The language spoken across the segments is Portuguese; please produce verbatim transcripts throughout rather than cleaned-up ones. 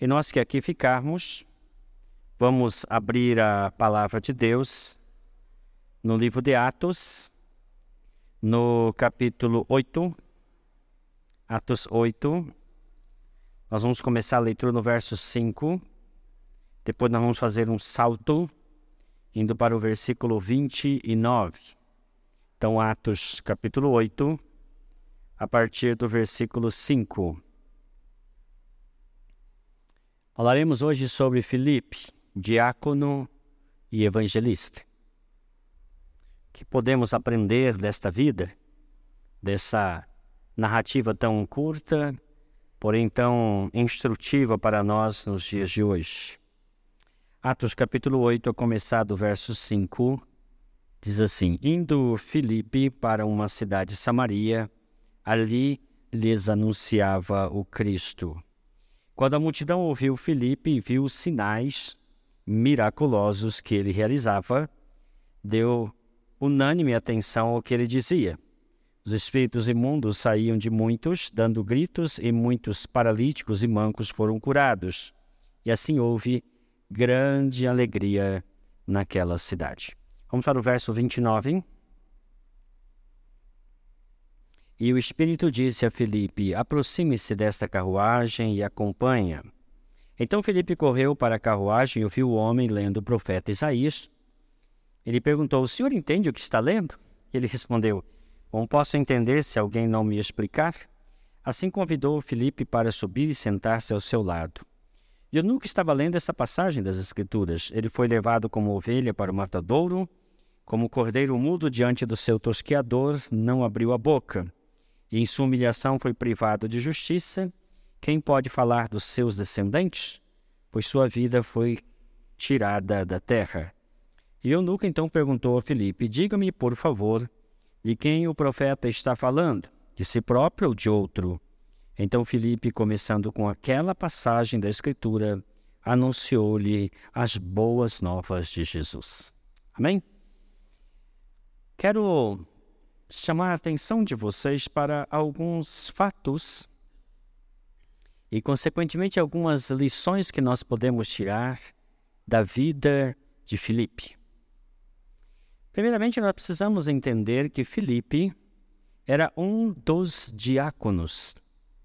E nós que aqui ficarmos, vamos abrir a palavra de Deus no livro de Atos, no capítulo oito, Atos oito. Nós vamos começar a leitura no verso cinco, depois nós vamos fazer um salto, indo para o versículo vinte e nove. Então, Atos capítulo oito, a partir do versículo cinco. Falaremos hoje sobre Filipe, diácono e evangelista. O que podemos aprender desta vida, dessa narrativa tão curta, porém tão instrutiva para nós nos dias de hoje? Atos capítulo oito, a começar do verso cinco, diz assim: Indo Filipe para uma cidade de Samaria, ali lhes anunciava o Cristo. Quando a multidão ouviu Filipe e viu os sinais miraculosos que ele realizava, deu unânime atenção ao que ele dizia. Os espíritos imundos saíam de muitos, dando gritos, e muitos paralíticos e mancos foram curados. E assim houve grande alegria naquela cidade. Vamos para o verso vinte e nove. E o Espírito disse a Filipe: aproxime-se desta carruagem e acompanha. Então Filipe correu para a carruagem e ouviu o homem lendo o profeta Isaías. Ele perguntou: o senhor entende o que está lendo? Ele respondeu: como posso entender se alguém não me explicar? Assim convidou Filipe para subir e sentar-se ao seu lado. E eu nunca estava lendo essa passagem das Escrituras. Ele foi levado como ovelha para o matadouro, como cordeiro mudo diante do seu tosqueador, não abriu a boca. E em sua humilhação foi privado de justiça. Quem pode falar dos seus descendentes? Pois sua vida foi tirada da terra. E eunuco então perguntou a Filipe: diga-me, por favor, de quem o profeta está falando? De si próprio ou de outro? Então Filipe, começando com aquela passagem da Escritura, anunciou-lhe as boas novas de Jesus. Amém? Quero chamar a atenção de vocês para alguns fatos e, consequentemente, algumas lições que nós podemos tirar da vida de Filipe. Primeiramente, nós precisamos entender que Filipe era um dos diáconos.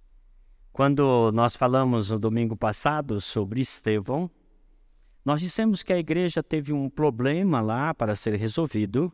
Quando nós falamos no domingo passado sobre Estevão, nós dissemos que a igreja teve um problema lá para ser resolvido,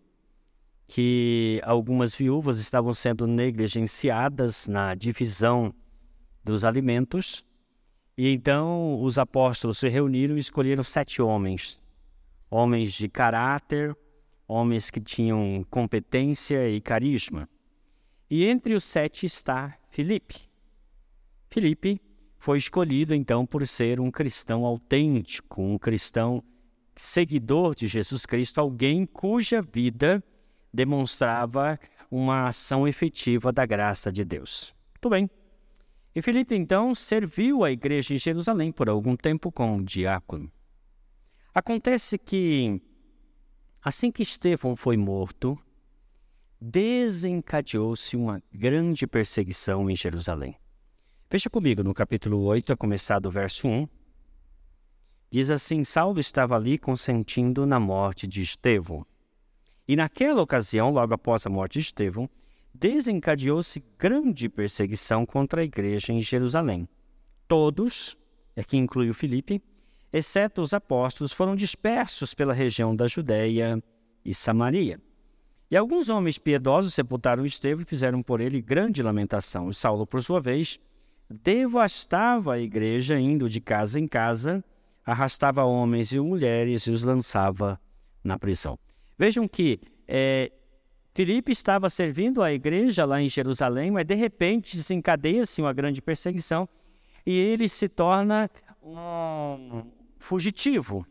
que algumas viúvas estavam sendo negligenciadas na divisão dos alimentos, e então os apóstolos se reuniram e escolheram sete homens, homens de caráter, homens que tinham competência e carisma. E entre os sete está Filipe. Filipe foi escolhido então por ser um cristão autêntico, um cristão seguidor de Jesus Cristo, alguém cuja vida demonstrava uma ação efetiva da graça de Deus. Muito bem. E Filipe, então, serviu a igreja em Jerusalém por algum tempo como diácono. Acontece que, assim que Estevão foi morto, desencadeou-se uma grande perseguição em Jerusalém. Veja comigo no capítulo oito, a começar do verso um. Diz assim: Saulo estava ali consentindo na morte de Estevão. E naquela ocasião, logo após a morte de Estevão, desencadeou-se grande perseguição contra a igreja em Jerusalém. Todos, aqui inclui o Filipe, exceto os apóstolos, foram dispersos pela região da Judéia e Samaria. E alguns homens piedosos sepultaram Estevão e fizeram por ele grande lamentação. E Saulo, por sua vez, devastava a igreja, indo de casa em casa, arrastava homens e mulheres e os lançava na prisão. Vejam que é, Filipe estava servindo a igreja lá em Jerusalém, mas de repente desencadeia-se uma grande perseguição e ele se torna um fugitivo.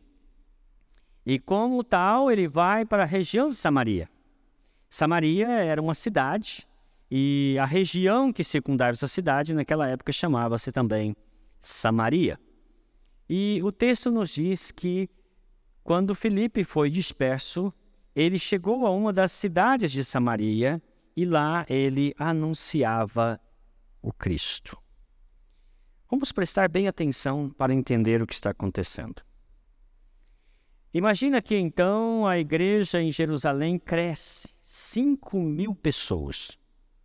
E como tal, ele vai para a região de Samaria. Samaria era uma cidade e a região que circundava essa cidade naquela época chamava-se também Samaria. E o texto nos diz que quando Filipe foi disperso, ele chegou a uma das cidades de Samaria e lá ele anunciava o Cristo. Vamos prestar bem atenção para entender o que está acontecendo. Imagina que então a igreja em Jerusalém cresce, cinco mil pessoas.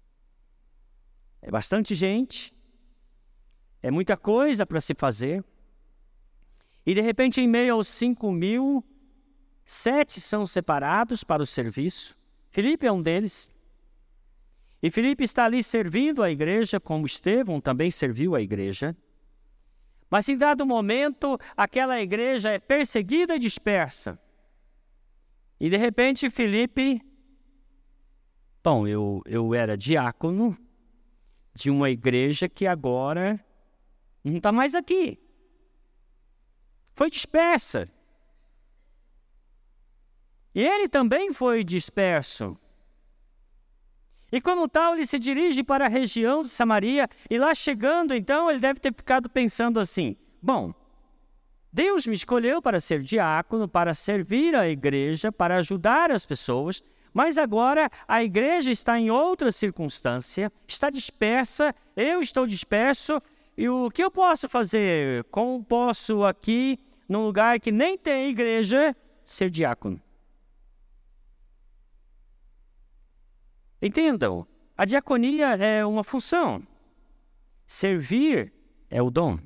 É bastante gente, é muita coisa para se fazer. E de repente, em meio aos cinco mil, sete são separados para o serviço. Filipe é um deles. E Filipe está ali servindo a igreja, como Estevão também serviu a igreja. Mas em dado momento, aquela igreja é perseguida e dispersa. E de repente, Filipe... Bom, eu, eu era diácono de uma igreja que agora não está mais aqui. Foi dispersa. E ele também foi disperso. E como tal, ele se dirige para a região de Samaria, e lá chegando, então, ele deve ter ficado pensando assim, bom, Deus me escolheu para ser diácono, para servir a igreja, para ajudar as pessoas, mas agora a igreja está em outra circunstância, está dispersa, eu estou disperso, e o que eu posso fazer? Como posso aqui, num lugar que nem tem igreja, ser diácono? Entendam, a diaconia é uma função, servir é o dom.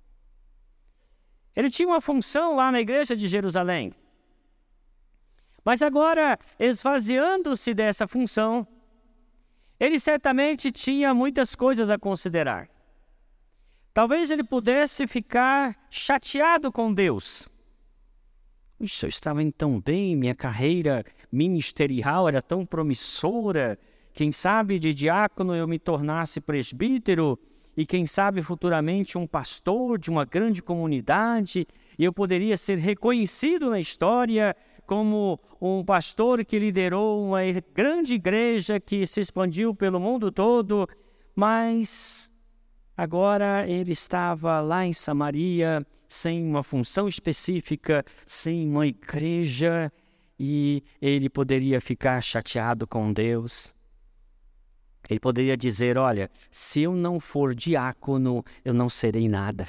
Ele tinha uma função lá na igreja de Jerusalém, mas agora, esvaziando-se dessa função, ele certamente tinha muitas coisas a considerar. Talvez ele pudesse ficar chateado com Deus. Ixi, eu estava indo tão bem, minha carreira ministerial era tão promissora. Quem sabe de diácono eu me tornasse presbítero e quem sabe futuramente um pastor de uma grande comunidade e eu poderia ser reconhecido na história como um pastor que liderou uma grande igreja que se expandiu pelo mundo todo, mas agora ele estava lá em Samaria, sem uma função específica, sem uma igreja, e ele poderia ficar chateado com Deus. Ele poderia dizer, olha, se eu não for diácono, eu não serei nada.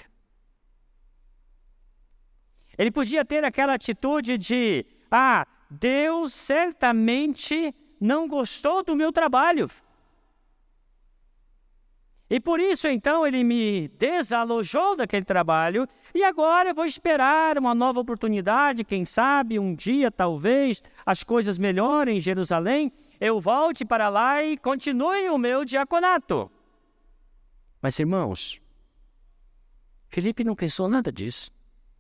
Ele podia ter aquela atitude de, ah, Deus certamente não gostou do meu trabalho. E por isso, então, ele me desalojou daquele trabalho e agora eu vou esperar uma nova oportunidade, quem sabe, um dia, talvez, as coisas melhorem em Jerusalém, eu volte para lá e continue o meu diaconato. Mas, irmãos, Filipe não pensou nada disso.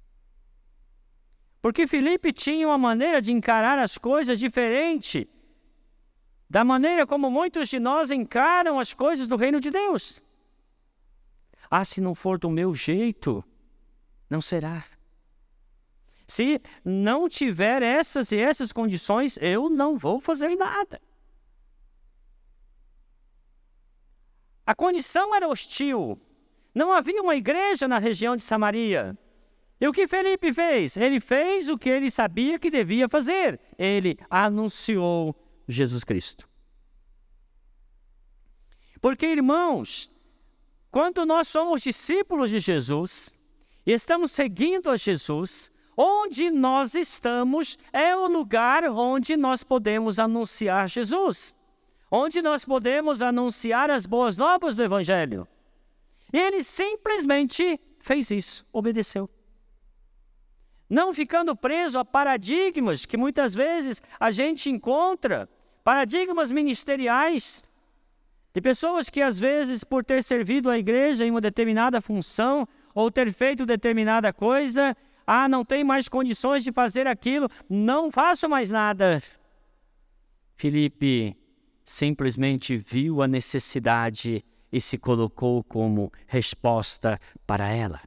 Porque Filipe tinha uma maneira de encarar as coisas diferente da maneira como muitos de nós encaram as coisas do reino de Deus. Ah, se não for do meu jeito, não será. Se não tiver essas e essas condições, eu não vou fazer nada. A condição era hostil. Não havia uma igreja na região de Samaria. E o que Filipe fez? Ele fez o que ele sabia que devia fazer. Ele anunciou Jesus Cristo. Porque, irmãos, quando nós somos discípulos de Jesus e estamos seguindo a Jesus, onde nós estamos é o lugar onde nós podemos anunciar Jesus, onde nós podemos anunciar as boas novas do Evangelho. E ele simplesmente fez isso, obedeceu. Não ficando preso a paradigmas que muitas vezes a gente encontra, paradigmas ministeriais, de pessoas que às vezes por ter servido a igreja em uma determinada função ou ter feito determinada coisa, ah, não tem mais condições de fazer aquilo, não faço mais nada. Filipe simplesmente viu a necessidade e se colocou como resposta para ela.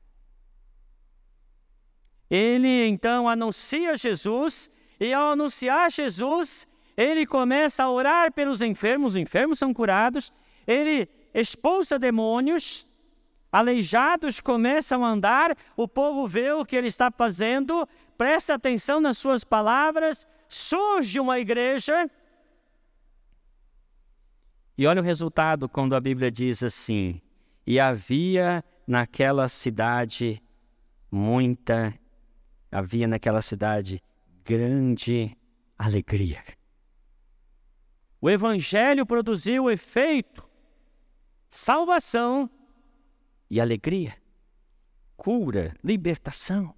Ele então anuncia Jesus e ao anunciar Jesus, ele começa a orar pelos enfermos, os enfermos são curados, ele expulsa demônios, aleijados começam a andar, o povo vê o que ele está fazendo, presta atenção nas suas palavras, surge uma igreja. E olha o resultado quando a Bíblia diz assim, e havia naquela cidade muita, havia naquela cidade grande alegria. O Evangelho produziu efeito, salvação e alegria, cura, libertação.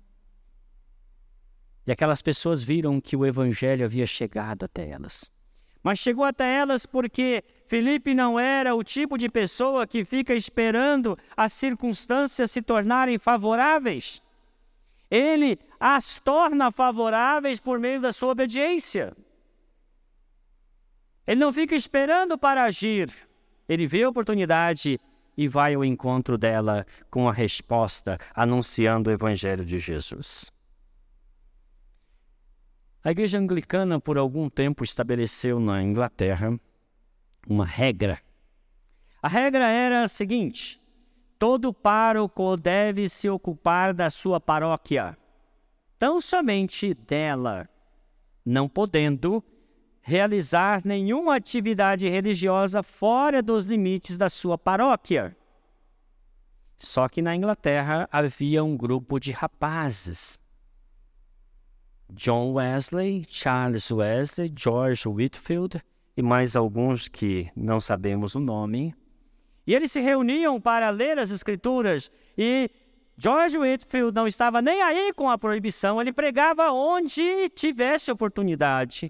E aquelas pessoas viram que o Evangelho havia chegado até elas. Mas chegou até elas porque Filipe não era o tipo de pessoa que fica esperando as circunstâncias se tornarem favoráveis. Ele as torna favoráveis por meio da sua obediência. Ele não fica esperando para agir. Ele vê a oportunidade e vai ao encontro dela com a resposta, anunciando o Evangelho de Jesus. A Igreja Anglicana, por algum tempo, estabeleceu na Inglaterra uma regra. A regra era a seguinte: todo pároco deve se ocupar da sua paróquia, tão somente dela, não podendo realizar nenhuma atividade religiosa fora dos limites da sua paróquia. Só que na Inglaterra havia um grupo de rapazes. John Wesley, Charles Wesley, George Whitefield e mais alguns que não sabemos o nome. E eles se reuniam para ler as Escrituras e George Whitefield não estava nem aí com a proibição, ele pregava onde tivesse oportunidade.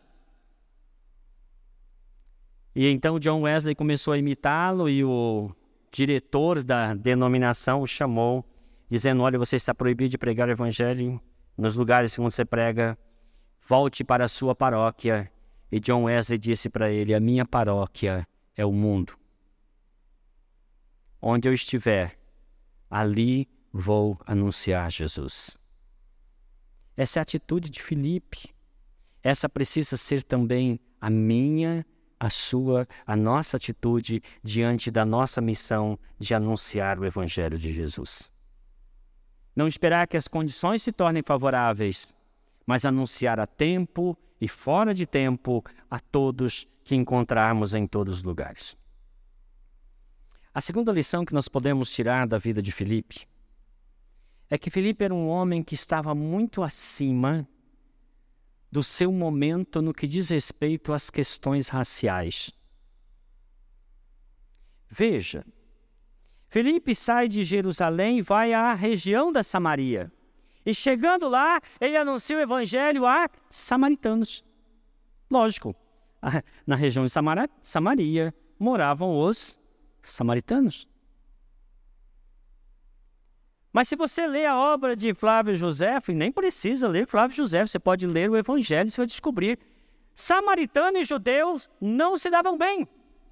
E então John Wesley começou a imitá-lo e o diretor da denominação o chamou, dizendo: olha, você está proibido de pregar o Evangelho nos lugares onde você prega, volte para a sua paróquia. E John Wesley disse para ele: a minha paróquia é o mundo. Onde eu estiver, ali vou anunciar Jesus. Essa é a atitude de Filipe. Essa precisa ser também a minha, a sua, a nossa atitude diante da nossa missão de anunciar o Evangelho de Jesus. Não esperar que as condições se tornem favoráveis, mas anunciar a tempo e fora de tempo a todos que encontrarmos em todos os lugares. A segunda lição que nós podemos tirar da vida de Filipe é que Filipe era um homem que estava muito acima do seu momento no que diz respeito às questões raciais. Veja, Filipe sai de Jerusalém e vai à região da Samaria. E chegando lá, ele anuncia o Evangelho a samaritanos. Lógico, na região de Samara, Samaria moravam os samaritanos. Mas se você lê a obra de Flávio Josefo, e nem precisa ler Flávio Josefo, você pode ler o Evangelho e você vai descobrir, samaritano e judeus não se davam bem.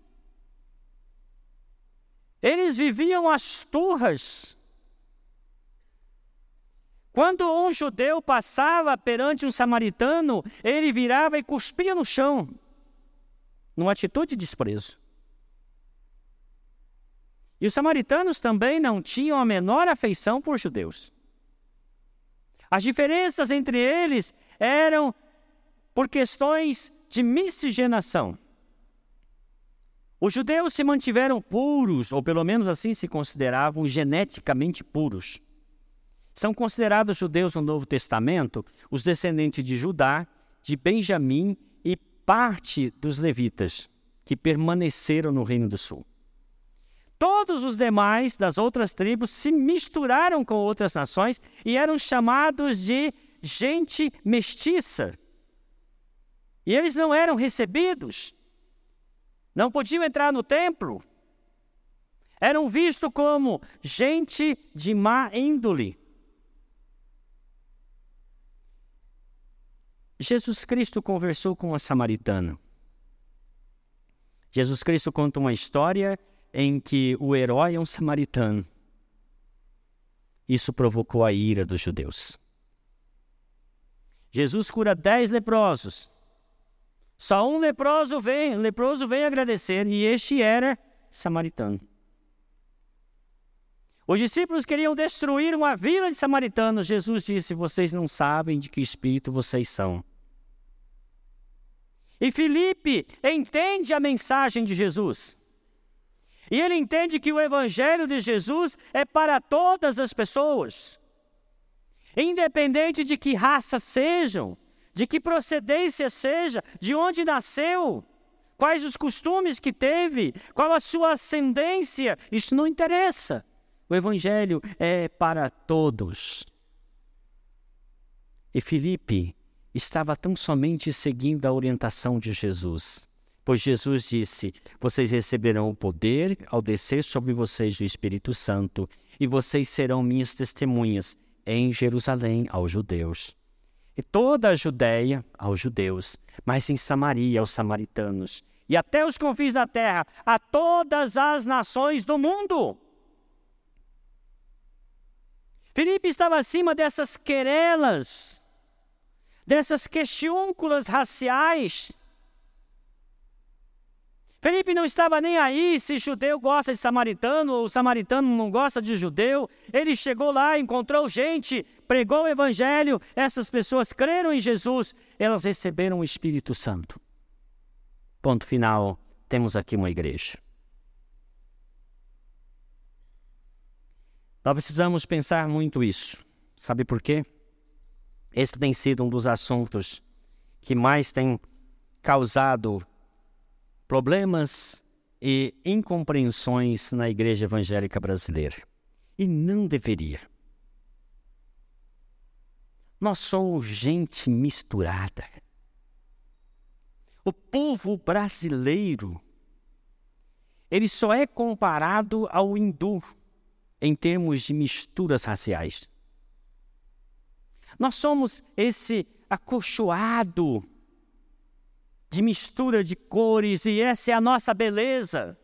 Eles viviam as turras. Quando um judeu passava perante um samaritano, ele virava e cuspia no chão, numa atitude de desprezo. E os samaritanos também não tinham a menor afeição por judeus. As diferenças entre eles eram por questões de miscigenação. Os judeus se mantiveram puros, ou pelo menos assim se consideravam, geneticamente puros. São considerados judeus no Novo Testamento os descendentes de Judá, de Benjamim e parte dos levitas, que permaneceram no Reino do Sul. Todos os demais das outras tribos se misturaram com outras nações e eram chamados de gente mestiça. E eles não eram recebidos, não podiam entrar no templo, eram vistos como gente de má índole. Jesus Cristo conversou com uma samaritana. Jesus Cristo conta uma história em que o herói é um samaritano. Isso provocou a ira dos judeus. Jesus cura dez leprosos. Só um leproso vem, leproso vem agradecer, e este era samaritano. Os discípulos queriam destruir uma vila de samaritanos. Jesus disse: vocês não sabem de que espírito vocês são. E Filipe entende a mensagem de Jesus. E ele entende que o Evangelho de Jesus é para todas as pessoas, independente de que raça sejam, de que procedência seja, de onde nasceu, quais os costumes que teve, qual a sua ascendência, isso não interessa. O Evangelho é para todos. E Filipe estava tão somente seguindo a orientação de Jesus, pois Jesus disse: vocês receberão o poder ao descer sobre vocês o Espírito Santo, e vocês serão minhas testemunhas em Jerusalém aos judeus, e toda a Judéia aos judeus, mas em Samaria aos samaritanos, e até os confins da terra, a todas as nações do mundo. Filipe estava acima dessas querelas, dessas questiúnculas raciais. Filipe não estava nem aí se judeu gosta de samaritano ou samaritano não gosta de judeu. Ele chegou lá, encontrou gente, pregou o Evangelho, essas pessoas creram em Jesus, elas receberam o Espírito Santo. Ponto final, temos aqui uma igreja. Nós precisamos pensar muito isso. Sabe por quê? Esse tem sido um dos assuntos que mais tem causado problemas e incompreensões na igreja evangélica brasileira. E não deveria. Nós somos gente misturada. O povo brasileiro, ele só é comparado ao hindu em termos de misturas raciais. Nós somos esse acolchoado de mistura de cores, e essa é a nossa beleza.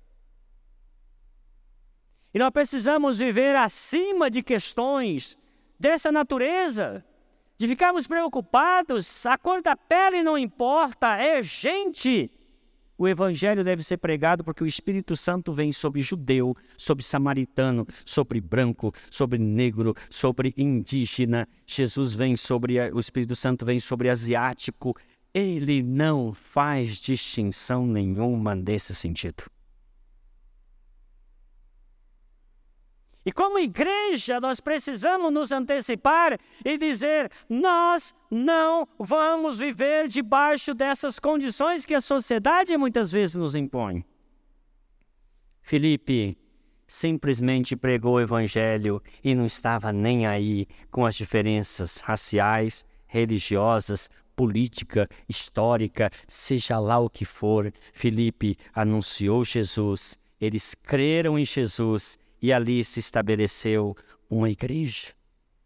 E nós precisamos viver acima de questões dessa natureza, de ficarmos preocupados, a cor da pele não importa, é gente. O Evangelho deve ser pregado porque o Espírito Santo vem sobre judeu, sobre samaritano, sobre branco, sobre negro, sobre indígena. Jesus vem sobre, o Espírito Santo vem sobre asiático. Ele não faz distinção nenhuma nesse sentido. E como igreja, nós precisamos nos antecipar e dizer: nós não vamos viver debaixo dessas condições que a sociedade muitas vezes nos impõe. Filipe simplesmente pregou o Evangelho e não estava nem aí com as diferenças raciais, religiosas, política, histórica, seja lá o que for. Filipe anunciou Jesus, eles creram em Jesus e ali se estabeleceu uma igreja.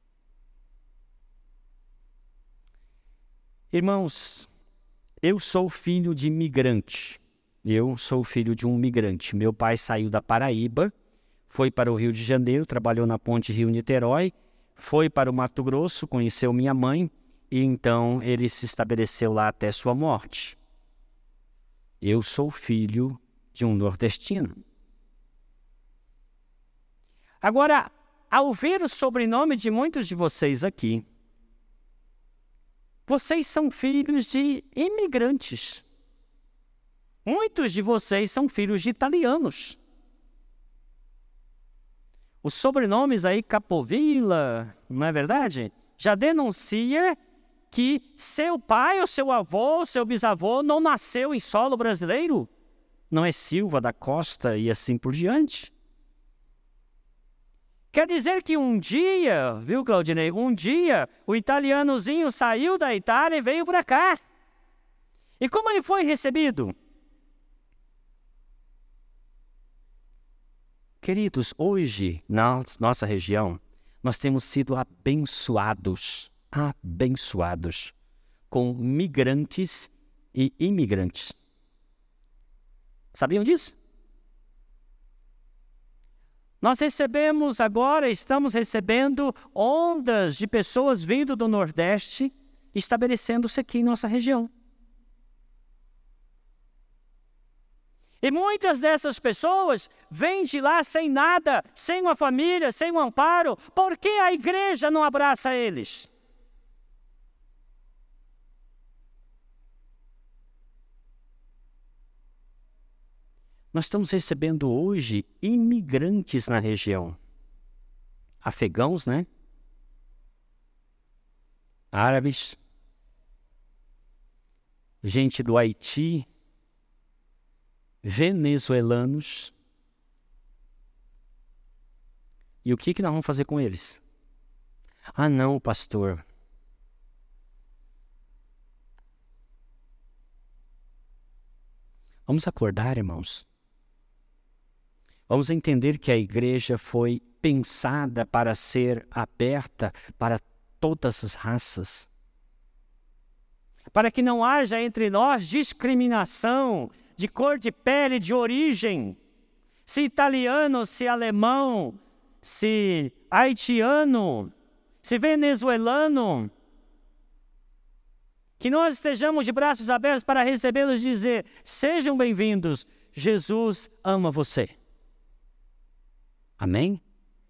Irmãos, eu sou filho de imigrante. Eu sou filho de um migrante. Meu pai saiu da Paraíba, foi para o Rio de Janeiro, trabalhou na ponte Rio-Niterói, foi para o Mato Grosso, conheceu minha mãe, e então ele se estabeleceu lá até sua morte. Eu sou filho de um nordestino. Agora, ao ver o sobrenome de muitos de vocês aqui, vocês são filhos de imigrantes. Muitos de vocês são filhos de italianos. Os sobrenomes aí, Capovilla, não é verdade? Já denuncia que seu pai, ou seu avô, ou seu bisavô não nasceu em solo brasileiro. Não é Silva da Costa e assim por diante. Quer dizer que um dia, viu, Claudinei? Um dia o italianozinho saiu da Itália e veio para cá. E como ele foi recebido? Queridos, hoje, na nossa região, nós temos sido abençoados, abençoados, com migrantes e imigrantes. Sabiam disso? Nós recebemos agora, estamos recebendo ondas de pessoas vindo do Nordeste, estabelecendo-se aqui em nossa região. E muitas dessas pessoas vêm de lá sem nada, sem uma família, sem um amparo. Por que a igreja não abraça eles? Nós estamos recebendo hoje imigrantes na região. Afegãos, né? Árabes, gente do Haiti, venezuelanos. E o que, que nós vamos fazer com eles? Ah, não, pastor. Vamos acordar, irmãos. Vamos entender que a igreja foi pensada para ser aberta para todas as raças. Para que não haja entre nós discriminação de cor de pele, de origem. Se italiano, se alemão, se haitiano, se venezuelano. Que nós estejamos de braços abertos para recebê-los e dizer: sejam bem-vindos, Jesus ama você. Amém?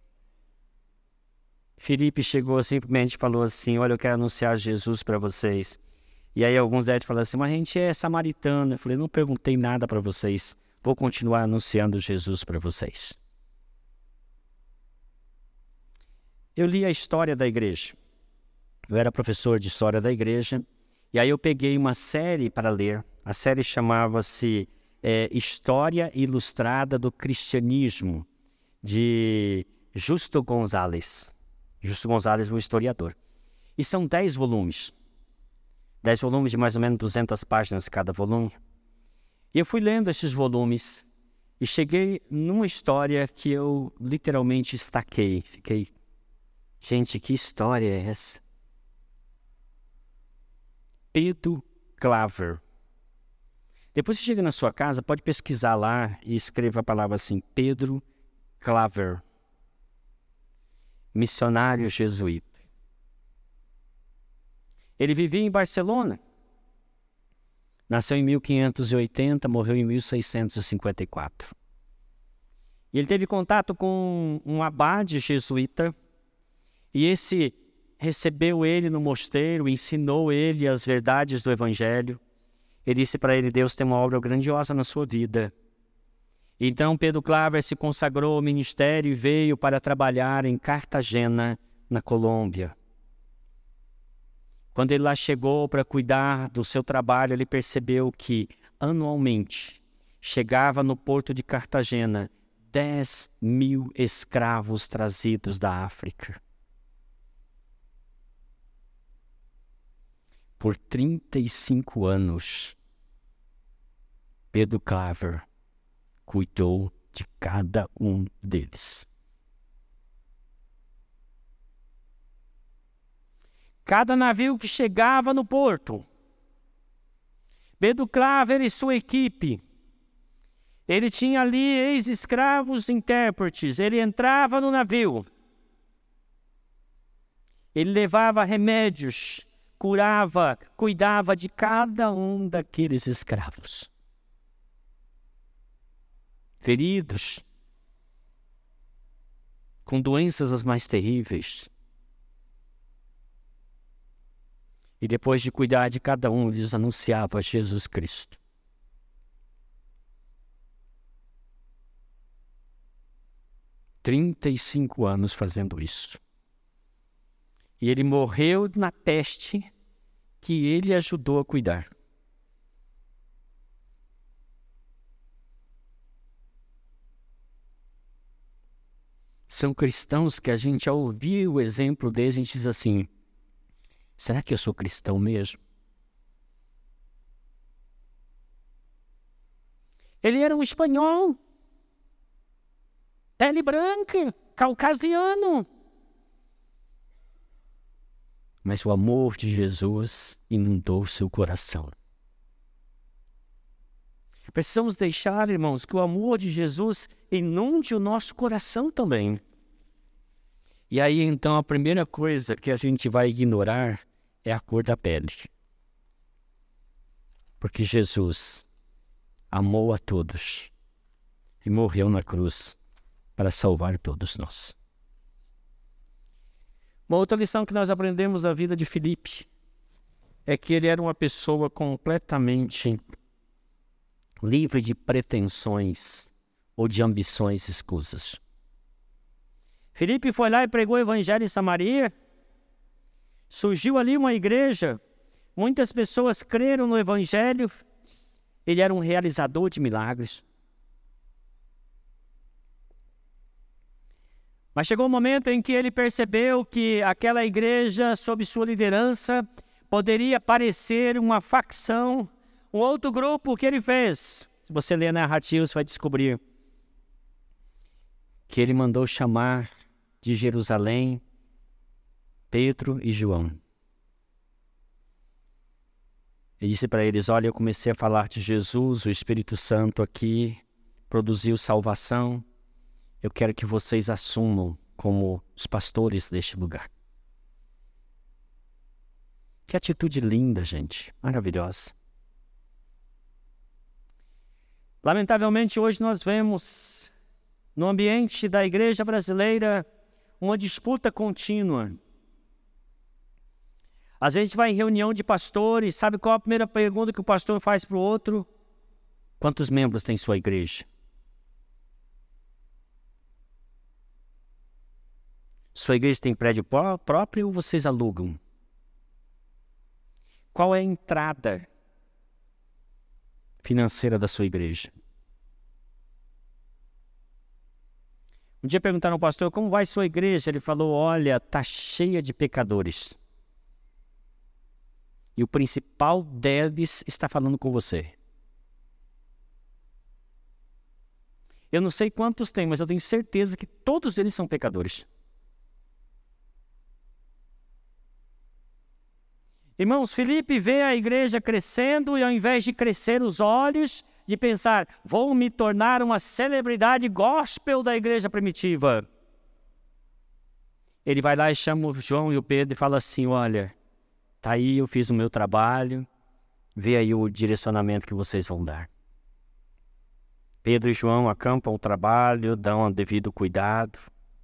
Filipe chegou simplesmente e falou assim: olha, eu quero anunciar Jesus para vocês. E aí alguns devem falar assim: mas a gente é samaritano. Eu falei: não perguntei nada para vocês, vou continuar anunciando Jesus para vocês. Eu li a história da igreja. Eu era professor de história da igreja. E aí eu peguei uma série para ler. A série chamava-se é, História Ilustrada do Cristianismo, de Justo Gonzalez. Justo Gonzalez, um historiador. E são dez volumes. Dez volumes de mais ou menos duzentas páginas cada volume. E eu fui lendo esses volumes e cheguei numa história que eu literalmente estaquei. Fiquei, gente, que história é essa? Pedro Claver. Depois você chega na sua casa, pode pesquisar lá e escreva a palavra assim: Pedro Claver, missionário jesuíta. Ele vivia em Barcelona. Nasceu em mil quinhentos e oitenta, morreu em mil seiscentos e cinquenta e quatro. E ele teve contato com um abade jesuíta, e esse recebeu ele no mosteiro, ensinou ele as verdades do Evangelho. Ele disse para ele: Deus tem uma obra grandiosa na sua vida. Então Pedro Claver se consagrou ao ministério e veio para trabalhar em Cartagena, na Colômbia. Quando ele lá chegou para cuidar do seu trabalho, ele percebeu que, anualmente, chegava no porto de Cartagena dez mil escravos trazidos da África. Por trinta e cinco anos, Pedro Claver cuidou de cada um deles. Cada navio que chegava no porto, Pedro Claver e sua equipe, ele tinha ali ex-escravos intérpretes. Ele entrava no navio, ele levava remédios, curava, cuidava de cada um daqueles escravos. Feridos, com doenças as mais terríveis. E depois de cuidar de cada um, eles anunciavam Jesus Cristo. trinta e cinco anos fazendo isso. E ele morreu na peste que ele ajudou a cuidar. São cristãos que a gente, ao ouvir o exemplo deles, a gente diz assim: será que eu sou cristão mesmo? Ele era um espanhol, pele branca, caucasiano. Mas o amor de Jesus inundou seu coração. Precisamos deixar, irmãos, que o amor de Jesus inunde o nosso coração também. E aí, então, a primeira coisa que a gente vai ignorar é a cor da pele. Porque Jesus amou a todos e morreu na cruz para salvar todos nós. Uma outra lição que nós aprendemos da vida de Filipe é que ele era uma pessoa completamente livre de pretensões ou de ambições escusas. Filipe foi lá e pregou o evangelho em Samaria. Surgiu ali uma igreja. Muitas pessoas creram no evangelho. Ele era um realizador de milagres. Mas chegou um momento em que ele percebeu que aquela igreja, sob sua liderança, poderia parecer uma facção, um outro grupo. Que ele fez? Se você ler a narrativa, você vai descobrir que ele mandou chamar de Jerusalém Pedro e João. Ele disse para eles: olha, eu comecei a falar de Jesus, o Espírito Santo aqui produziu salvação. Eu quero que vocês assumam como os pastores deste lugar. Que atitude linda, gente. Maravilhosa. Lamentavelmente, hoje nós vemos no ambiente da igreja brasileira uma disputa contínua. Às vezes a gente vai em reunião de pastores, sabe qual a primeira pergunta que o pastor faz para o outro? Quantos membros tem sua igreja? Sua igreja tem prédio próprio ou vocês alugam? Qual é a entrada financeira da sua igreja? Um dia perguntaram ao pastor: como vai sua igreja? Ele falou: olha, está cheia de pecadores. E o principal deles está falando com você. Eu não sei quantos tem, mas eu tenho certeza que todos eles são pecadores. Irmãos, Filipe vê a igreja crescendo e ao invés de crescer os olhos, de pensar, vou me tornar uma celebridade gospel da igreja primitiva. Ele vai lá e chama o João e o Pedro e fala assim: olha, tá aí, eu fiz o meu trabalho, vê aí o direcionamento que vocês vão dar. Pedro e João acampam o trabalho, dão o devido cuidado.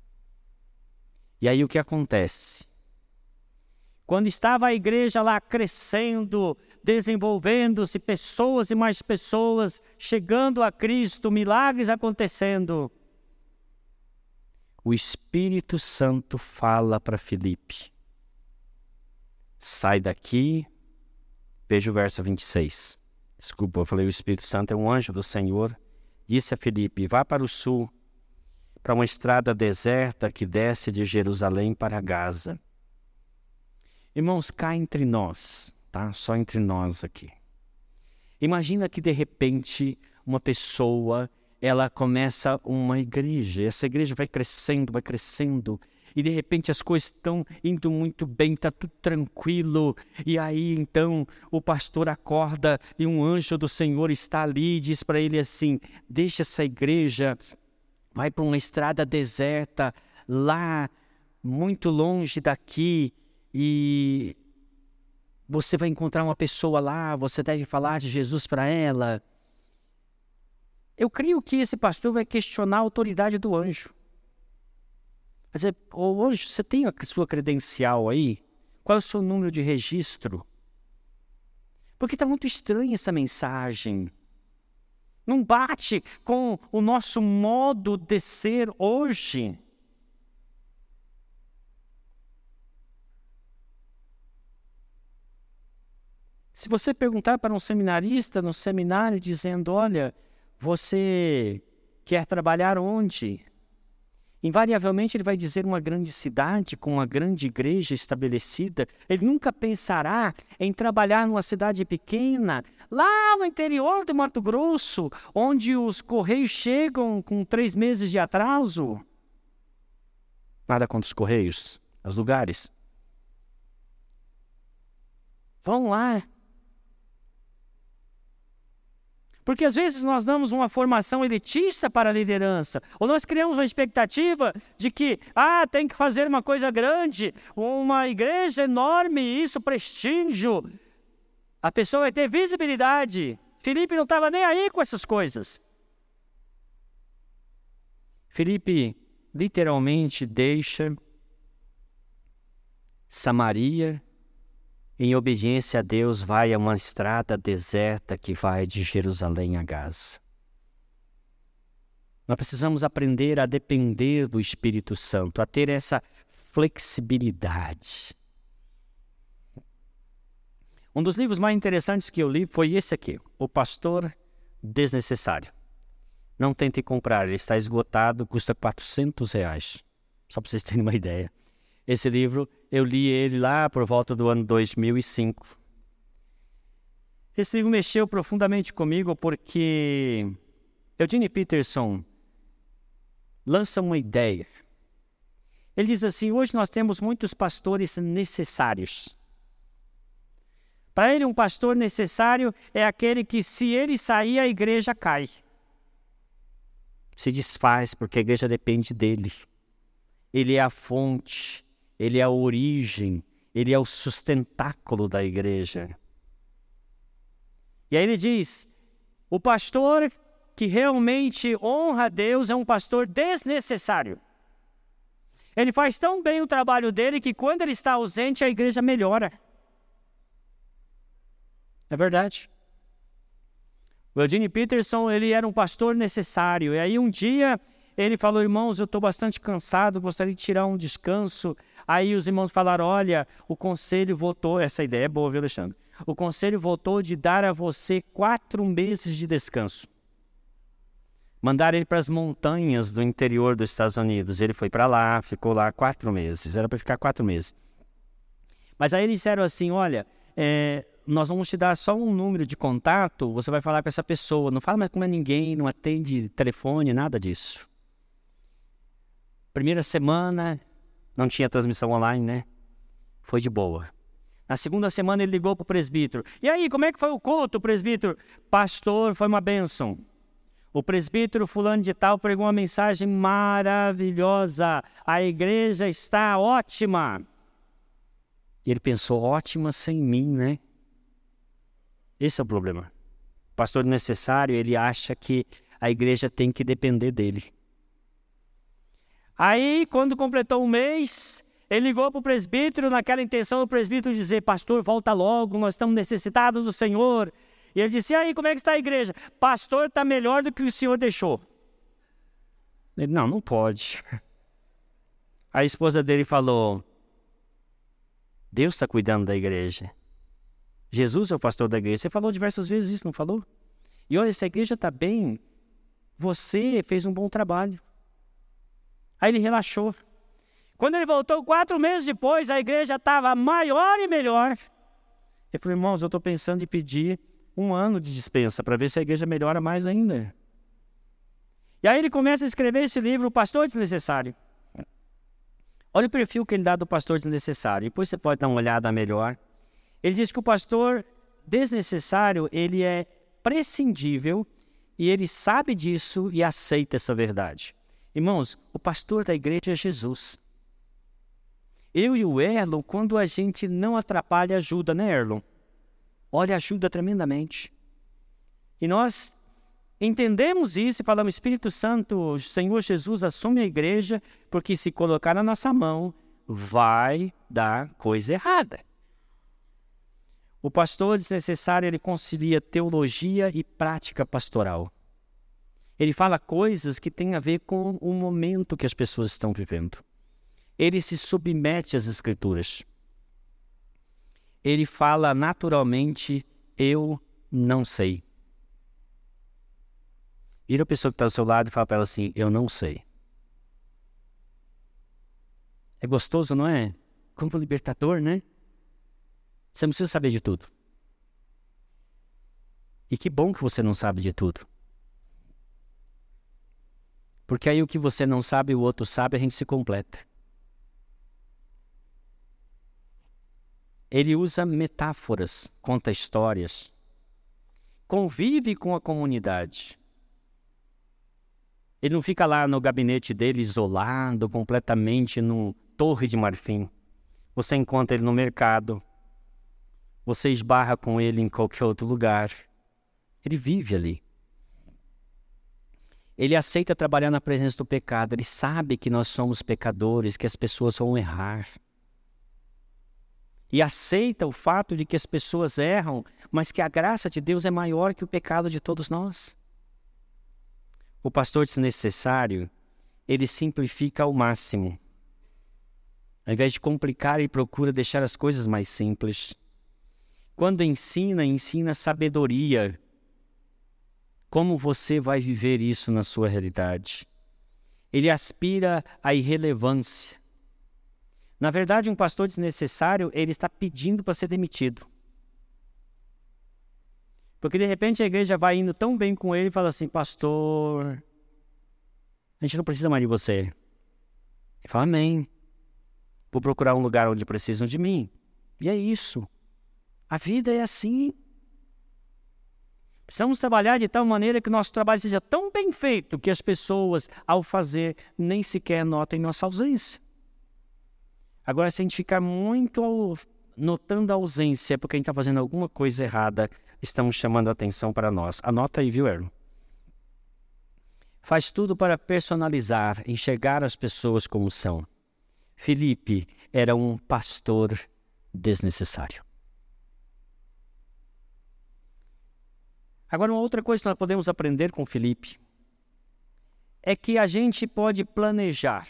E aí o que acontece? Quando estava a igreja lá crescendo, desenvolvendo-se, pessoas e mais pessoas chegando a Cristo, milagres acontecendo, o Espírito Santo fala para Filipe: sai daqui, veja o verso vinte e seis. Desculpa, eu falei o Espírito Santo é um anjo do Senhor. Disse a Filipe: vá para o sul, para uma estrada deserta que desce de Jerusalém para Gaza. Irmãos, cá entre nós, tá? Só entre nós aqui. Imagina que de repente uma pessoa, ela começa uma igreja, essa igreja vai crescendo, vai crescendo, e de repente as coisas estão indo muito bem, está tudo tranquilo, e aí então o pastor acorda e um anjo do Senhor está ali e diz para ele assim: deixa essa igreja, vai para uma estrada deserta, lá muito longe daqui, e você vai encontrar uma pessoa lá, você deve falar de Jesus para ela. Eu creio que esse pastor vai questionar a autoridade do anjo. Vai dizer: ô anjo, você tem a sua credencial aí? Qual é o seu número de registro? Porque está muito estranha essa mensagem. Não bate com o nosso modo de ser hoje. Se você perguntar para um seminarista no seminário dizendo: olha, você quer trabalhar onde? Invariavelmente ele vai dizer uma grande cidade com uma grande igreja estabelecida. Ele nunca pensará em trabalhar numa cidade pequena, lá no interior do Mato Grosso, onde os correios chegam com três meses de atraso. Nada contra os correios, os lugares. Vão lá. Porque às vezes nós damos uma formação elitista para a liderança, ou nós criamos uma expectativa de que, ah, tem que fazer uma coisa grande, uma igreja enorme, isso, prestígio. A pessoa vai ter visibilidade. Filipe não estava nem aí com essas coisas. Filipe literalmente deixa Samaria em obediência a Deus, vai a uma estrada deserta que vai de Jerusalém a Gaza. Nós precisamos aprender a depender do Espírito Santo, a ter essa flexibilidade. Um dos livros mais interessantes que eu li foi esse aqui, O Pastor Desnecessário. Não tente comprar, ele está esgotado, custa quatrocentos reais. Só para vocês terem uma ideia. Esse livro, eu li ele lá por volta do ano dois mil e cinco. Esse livro mexeu profundamente comigo porque Eugene Peterson lança uma ideia. Ele diz assim, hoje nós temos muitos pastores necessários. Para ele, um pastor necessário é aquele que, se ele sair, a igreja cai. Se desfaz, porque a igreja depende dele. Ele é a fonte, ele é a origem, ele é o sustentáculo da igreja. E aí ele diz, o pastor que realmente honra a Deus é um pastor desnecessário. Ele faz tão bem o trabalho dele que quando ele está ausente, a igreja melhora. É verdade. O Eugene Peterson, ele era um pastor necessário. E aí um dia ele falou, irmãos, eu estou bastante cansado, gostaria de tirar um descanso. Aí os irmãos falaram, olha, o conselho votou, essa ideia é boa, viu, Alexandre? O conselho votou de dar a você quatro meses de descanso. Mandaram ele para as montanhas do interior dos Estados Unidos. Ele foi para lá, ficou lá quatro meses. Era para ficar quatro meses. Mas aí eles disseram assim, olha, é, nós vamos te dar só um número de contato, você vai falar com essa pessoa. Não fala mais com ninguém, não atende telefone, nada disso. Primeira semana, não tinha transmissão online, né? Foi de boa. Na segunda semana ele ligou para o presbítero. E aí, como é que foi o culto, presbítero? Pastor, foi uma bênção. O presbítero fulano de tal pregou uma mensagem maravilhosa. A igreja está ótima. E ele pensou, ótima sem mim, né? Esse é o problema. O pastor necessário, ele acha que a igreja tem que depender dele. Aí, quando completou um mês, ele ligou para o presbítero naquela intenção do presbítero dizer, pastor, volta logo, nós estamos necessitados do Senhor. E ele disse, e aí, como é que está a igreja? Pastor, está melhor do que o senhor deixou. Ele, não, não pode. A esposa dele falou, Deus está cuidando da igreja. Jesus é o pastor da igreja. Você falou diversas vezes isso, não falou? E olha, se a igreja está bem, você fez um bom trabalho. Aí ele relaxou. Quando ele voltou quatro meses depois, a igreja estava maior e melhor. Ele falou, irmãos, eu estou pensando em pedir um ano de dispensa para ver se a igreja melhora mais ainda. E aí ele começa a escrever esse livro, O Pastor Desnecessário. Olha o perfil que ele dá do pastor desnecessário. Depois você pode dar uma olhada melhor. Ele diz que o pastor desnecessário, ele é prescindível e ele sabe disso e aceita essa verdade. Irmãos, o pastor da igreja é Jesus. Eu e o Erlon, quando a gente não atrapalha, ajuda, né, Erlon? Olha, ajuda tremendamente. E nós entendemos isso e falamos, Espírito Santo, o Senhor Jesus assume a igreja, porque se colocar na nossa mão, vai dar coisa errada. O pastor desnecessário, ele concilia teologia e prática pastoral. Ele fala coisas que têm a ver com o momento que as pessoas estão vivendo. Ele se submete às Escrituras. Ele fala naturalmente, eu não sei. Vira a pessoa que está do seu lado e fala para ela assim, eu não sei. É gostoso, não é? Como libertador, né? Você não precisa saber de tudo. E que bom que você não sabe de tudo. Porque aí o que você não sabe e o outro sabe, a gente se completa. Ele usa metáforas, conta histórias. Convive com a comunidade. Ele não fica lá no gabinete dele isolado, completamente no Torre de Marfim. Você encontra ele no mercado. Você esbarra com ele em qualquer outro lugar. Ele vive ali. Ele aceita trabalhar na presença do pecado. Ele sabe que nós somos pecadores, que as pessoas vão errar. e aceita o fato de que as pessoas erram, mas que a graça de Deus é maior que o pecado de todos nós. O pastor desnecessário, ele simplifica ao máximo. Ao invés de complicar, ele procura deixar as coisas mais simples. Quando ensina, ensina sabedoria. Como você vai viver isso na sua realidade? Ele aspira à irrelevância. Na verdade, um pastor desnecessário, ele está pedindo para ser demitido. Porque de repente a igreja vai indo tão bem com ele e fala assim, pastor, a gente não precisa mais de você. Ele fala, amém. Vou procurar um lugar onde precisam de mim. E é isso. A vida é assim. Precisamos trabalhar de tal maneira que o nosso trabalho seja tão bem feito que as pessoas, ao fazer, nem sequer notem nossa ausência. Agora, se a gente ficar muito ao, notando a ausência, é porque a gente está fazendo alguma coisa errada, estamos chamando a atenção para nós. Anota aí, viu, Erlo? Faz tudo para personalizar, enxergar as pessoas como são. Filipe era um pastor desnecessário. Agora, uma outra coisa que nós podemos aprender com Filipe é que a gente pode planejar.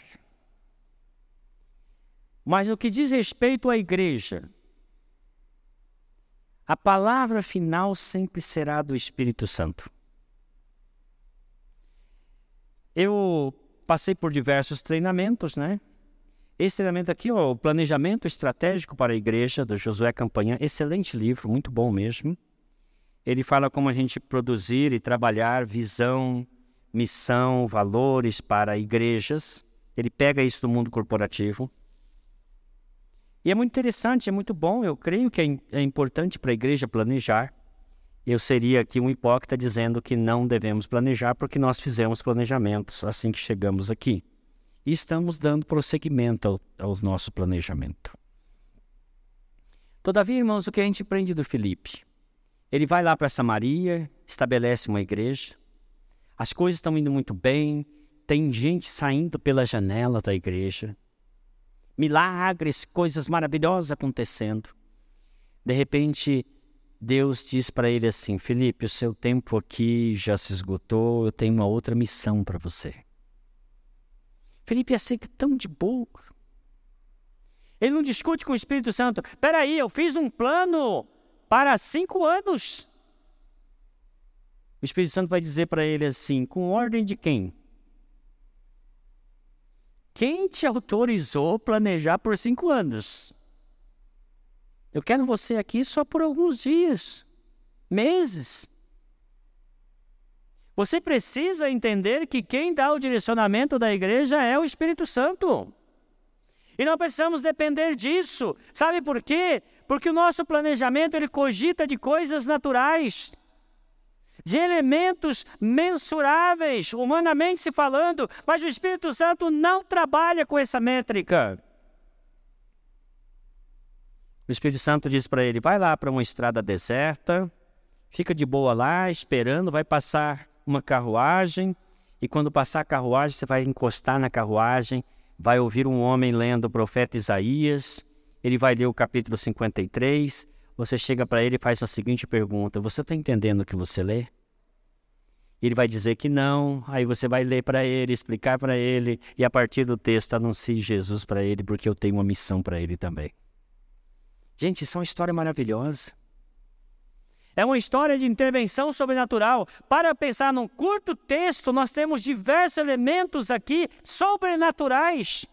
Mas no que diz respeito à igreja, a palavra final sempre será do Espírito Santo. Eu passei por diversos treinamentos, né? Esse treinamento aqui, ó, o Planejamento Estratégico para a Igreja, do Josué Campanhã, excelente livro, muito bom mesmo. Ele fala como a gente produzir e trabalhar visão, missão, valores para igrejas. Ele pega isso do mundo corporativo. E é muito interessante, é muito bom. Eu creio que é, é importante para a igreja planejar. Eu seria aqui um hipócrita dizendo que não devemos planejar porque nós fizemos planejamentos assim que chegamos aqui. E estamos dando prosseguimento ao, ao nosso planejamento. Todavia, irmãos, o que a gente aprende do Filipe? Ele vai lá para Samaria, estabelece uma igreja. As coisas estão indo muito bem. Tem gente saindo pela janela da igreja. Milagres, coisas maravilhosas acontecendo. De repente, Deus diz para ele assim, Filipe, o seu tempo aqui já se esgotou, eu tenho uma outra missão para você. Filipe ia ser tão de boa. Ele não discute com o Espírito Santo. Espera aí, eu fiz um plano para cinco anos. O Espírito Santo vai dizer para ele assim, com ordem de quem? Quem te autorizou a planejar por cinco anos? Eu quero você aqui só por alguns dias, meses. Você precisa entender que quem dá o direcionamento da igreja é o Espírito Santo. E nós precisamos depender disso. Sabe por quê? Porque o nosso planejamento, ele cogita de coisas naturais, de elementos mensuráveis, humanamente se falando, mas o Espírito Santo não trabalha com essa métrica. O Espírito Santo diz para ele, vai lá para uma estrada deserta, fica de boa lá, esperando, vai passar uma carruagem, e quando passar a carruagem, você vai encostar na carruagem, vai ouvir um homem lendo o profeta Isaías, ele vai ler o capítulo cinquenta e três, você chega para ele e faz a seguinte pergunta, você está entendendo o que você lê? Ele vai dizer que não, aí você vai ler para ele, explicar para ele, e a partir do texto anuncie Jesus para ele, porque eu tenho uma missão para ele também. Gente, isso é uma história maravilhosa. É uma história de intervenção sobrenatural. Para pensar num curto texto, nós temos diversos elementos aqui sobrenaturais.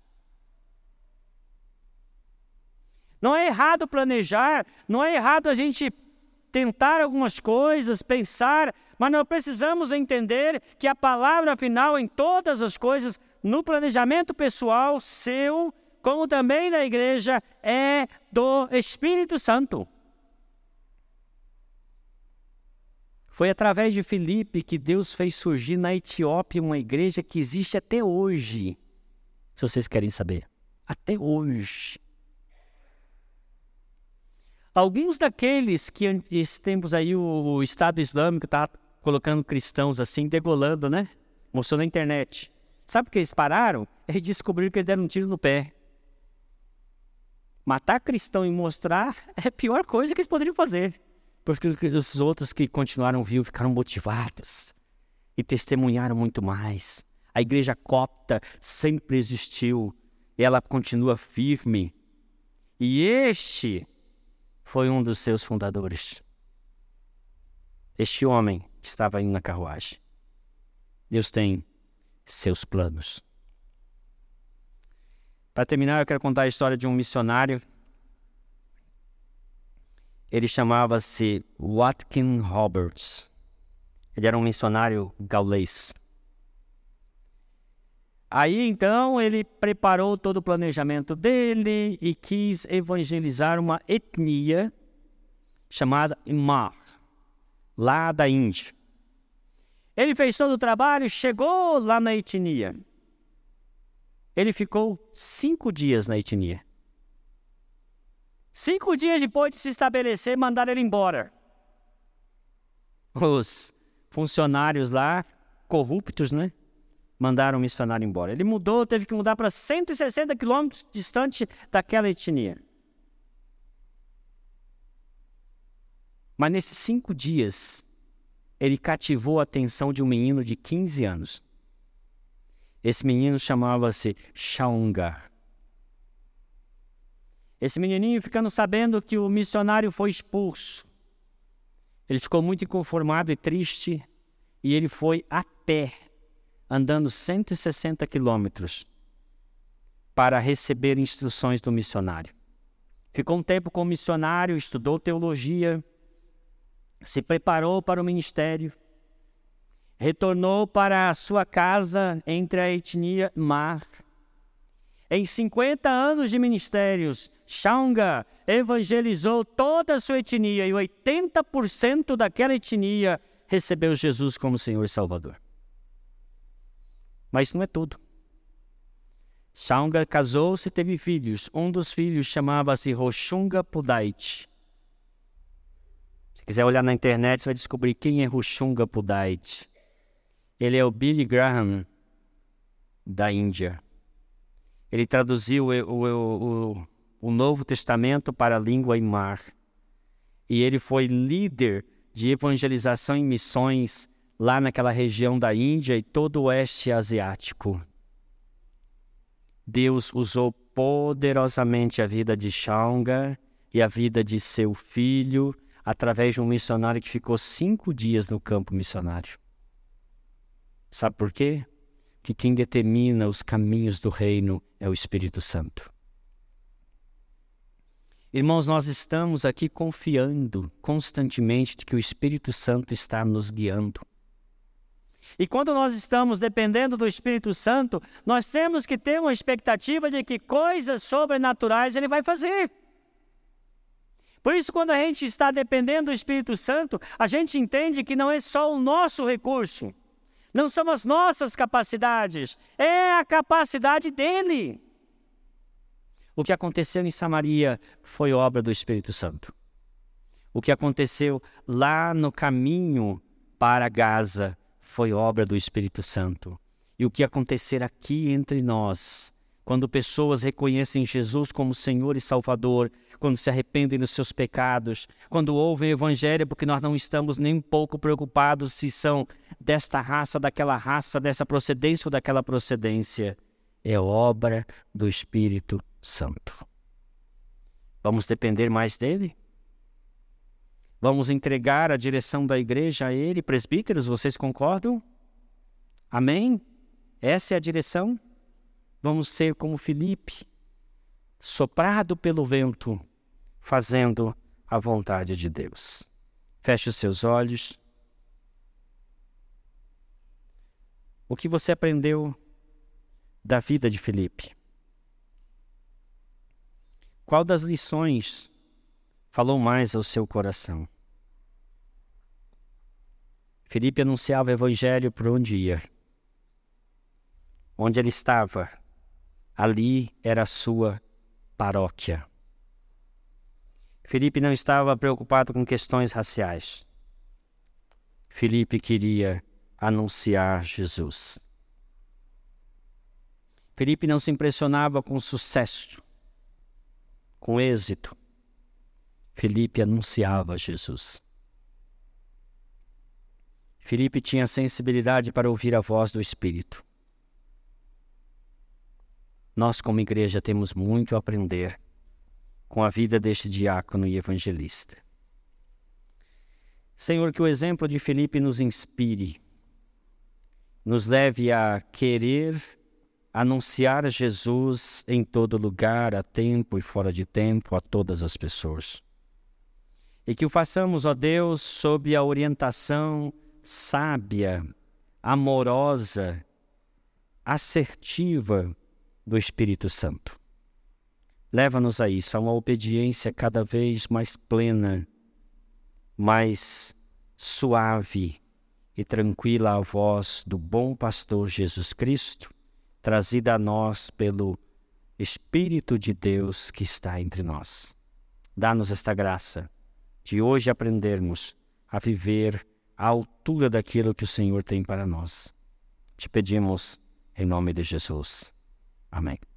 Não é errado planejar, não é errado a gente tentar algumas coisas, pensar, mas nós precisamos entender que a palavra final em todas as coisas, no planejamento pessoal seu, como também da igreja, é do Espírito Santo. Foi através de Filipe que Deus fez surgir na Etiópia uma igreja que existe até hoje. Se vocês querem saber. Até hoje. Alguns daqueles que, esses tempos aí, o, o Estado Islâmico está colocando cristãos assim, degolando, né? Mostrou na internet. Sabe por que eles pararam? Eles descobriram que eles deram um tiro no pé. Matar cristão e mostrar é a pior coisa que eles poderiam fazer. Porque os outros que continuaram vivos ficaram motivados e testemunharam muito mais. A igreja copta sempre existiu e ela continua firme. E este foi um dos seus fundadores. Este homem que estava indo na carruagem. Deus tem seus planos. Para terminar, eu quero contar a história de um missionário. Ele chamava-se Watkin Roberts. Ele era um missionário gaulês. Aí, então, ele preparou todo o planejamento dele e quis evangelizar uma etnia chamada Imar, lá da Índia. Ele fez todo o trabalho, chegou lá na etnia. Ele ficou cinco dias na etnia. Cinco dias depois de se estabelecer, mandaram ele embora. Os funcionários lá, corruptos, né? Mandaram o missionário embora. Ele mudou, teve que mudar para cento e sessenta quilômetros distante daquela etnia. Mas nesses cinco dias, ele cativou a atenção de um menino de quinze anos. Esse menino chamava-se Shaunga. Esse menininho, ficando sabendo que o missionário foi expulso, ele ficou muito inconformado e triste, e ele foi a pé, andando cento e sessenta quilômetros, para receber instruções do missionário. Ficou um tempo com o missionário, estudou teologia, se preparou para o ministério, retornou para a sua casa entre a etnia Mar. Em cinquenta anos de ministérios, Shaunga evangelizou toda a sua etnia e oitenta por cento daquela etnia recebeu Jesus como Senhor e Salvador. Mas isso não é tudo. Shaunga casou-se e teve filhos. Um dos filhos chamava-se Roshunga Pudait. Se quiser olhar na internet, você vai descobrir quem é Roshunga Pudait. Ele é o Billy Graham da Índia. Ele traduziu o, o, o, o Novo Testamento para a língua Imar. E ele foi líder de evangelização e missões lá naquela região da Índia e todo o oeste asiático. Deus usou poderosamente a vida de Shaunga e a vida de seu filho através de um missionário que ficou cinco dias no campo missionário. Sabe por quê? Que quem determina os caminhos do reino é o Espírito Santo. Irmãos, nós estamos aqui confiando constantemente de que o Espírito Santo está nos guiando. E quando nós estamos dependendo do Espírito Santo, nós temos que ter uma expectativa de que coisas sobrenaturais Ele vai fazer. Por isso, quando a gente está dependendo do Espírito Santo, a gente entende que não é só o nosso recurso. Não são as nossas capacidades, é a capacidade dele. O que aconteceu em Samaria foi obra do Espírito Santo. O que aconteceu lá no caminho para Gaza foi obra do Espírito Santo. E o que acontecer aqui entre nós, quando pessoas reconhecem Jesus como Senhor e Salvador, quando se arrependem dos seus pecados, quando ouvem o Evangelho, porque nós não estamos nem um pouco preocupados se são desta raça, daquela raça, dessa procedência ou daquela procedência, é obra do Espírito Santo. Vamos depender mais dele? Vamos entregar a direção da igreja a ele? Presbíteros, vocês concordam? Amém? Essa é a direção? Vamos ser como Filipe, soprado pelo vento, fazendo a vontade de Deus. Feche os seus olhos. O que você aprendeu da vida de Filipe? Qual das lições falou mais ao seu coração? Filipe anunciava o evangelho por onde ia. Onde ele estava, ali era a sua paróquia. Filipe não estava preocupado com questões raciais. Filipe queria anunciar Jesus. Filipe não se impressionava com o sucesso, com êxito, Filipe anunciava Jesus. Filipe tinha sensibilidade para ouvir a voz do Espírito. Nós, como igreja, temos muito a aprender com a vida deste diácono e evangelista. Senhor, que o exemplo de Filipe nos inspire, nos leve a querer anunciar Jesus em todo lugar, a tempo e fora de tempo, a todas as pessoas. E que o façamos, ó Deus, sob a orientação sábia, amorosa, assertiva do Espírito Santo. Leva-nos a isso, a uma obediência cada vez mais plena, mais suave e tranquila à voz do bom pastor Jesus Cristo, trazida a nós pelo Espírito de Deus que está entre nós. Dá-nos esta graça de hoje aprendermos a viver à altura daquilo que o Senhor tem para nós. Te pedimos em nome de Jesus. Amém.